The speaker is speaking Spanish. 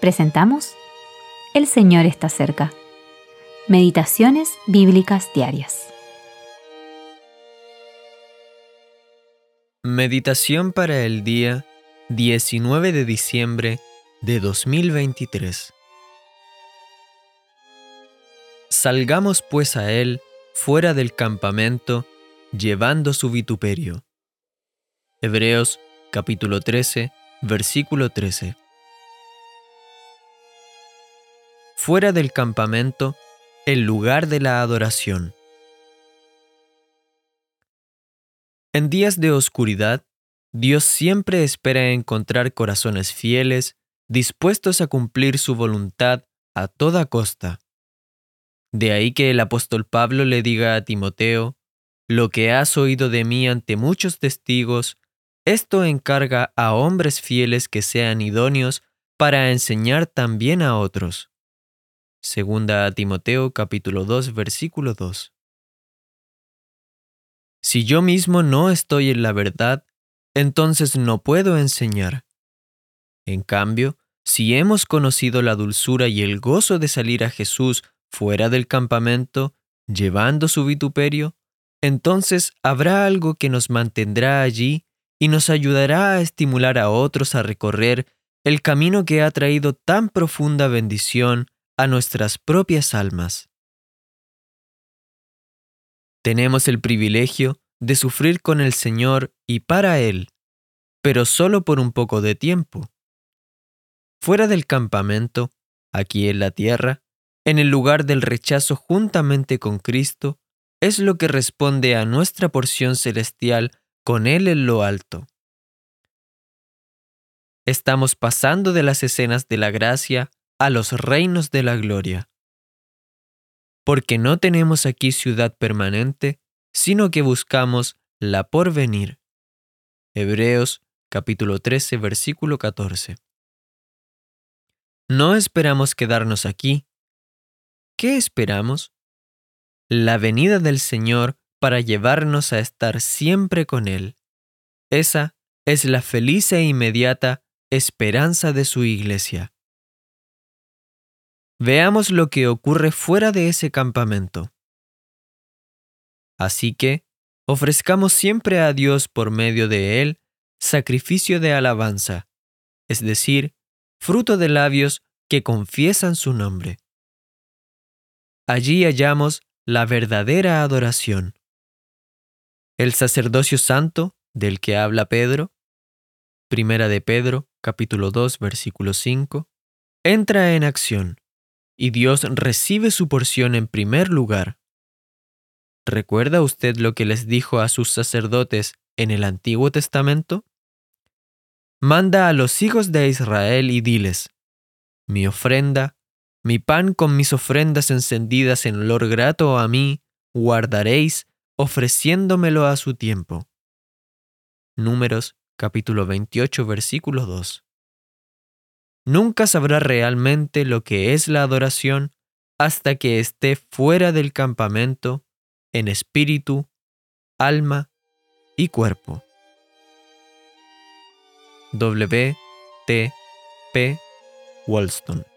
presentamos El Señor está cerca. Meditaciones bíblicas diarias. Meditación para el día 19 de diciembre de 2023. Salgamos pues a él fuera del campamento, llevando su vituperio. Hebreos capítulo 13, versículo 13. Fuera del campamento, el lugar de la adoración. En días de oscuridad, Dios siempre espera encontrar corazones fieles, dispuestos a cumplir su voluntad a toda costa. De ahí que el apóstol Pablo le diga a Timoteo: «Lo que has oído de mí ante muchos testigos, esto encarga a hombres fieles que sean idóneos para enseñar también a otros». Segunda a Timoteo capítulo 2, versículo 2. Si yo mismo no estoy en la verdad, entonces no puedo enseñar. En cambio, si hemos conocido la dulzura y el gozo de salir a Jesús fuera del campamento, llevando su vituperio, entonces habrá algo que nos mantendrá allí y nos ayudará a estimular a otros a recorrer el camino que ha traído tan profunda bendición a nuestras propias almas. Tenemos el privilegio de sufrir con el Señor y para Él, pero solo por un poco de tiempo. Fuera del campamento, aquí en la tierra, en el lugar del rechazo juntamente con Cristo, es lo que responde a nuestra porción celestial con Él en lo alto. Estamos pasando de las escenas de la gracia a los reinos de la gloria. Porque no tenemos aquí ciudad permanente, sino que buscamos la porvenir. Hebreos capítulo 13, versículo 14. No esperamos quedarnos aquí. ¿Qué esperamos? La venida del Señor para llevarnos a estar siempre con Él. Esa es la feliz e inmediata esperanza de su iglesia. Veamos lo que ocurre fuera de ese campamento. Así que, ofrezcamos siempre a Dios por medio de Él sacrificio de alabanza, es decir, fruto de labios que confiesan su nombre. Allí hallamos la verdadera adoración. El sacerdocio santo, del que habla Pedro, Primera de Pedro, capítulo 2, versículo 5, entra en acción, y Dios recibe su porción en primer lugar. ¿Recuerda usted lo que les dijo a sus sacerdotes en el Antiguo Testamento? Manda a los hijos de Israel y diles: mi ofrenda, mi pan con mis ofrendas encendidas en olor grato a mí, guardaréis, ofreciéndomelo a su tiempo. Números, capítulo 28, versículo 2. Nunca sabrá realmente lo que es la adoración hasta que esté fuera del campamento, en espíritu, alma y cuerpo. W. T. P. Wollstone.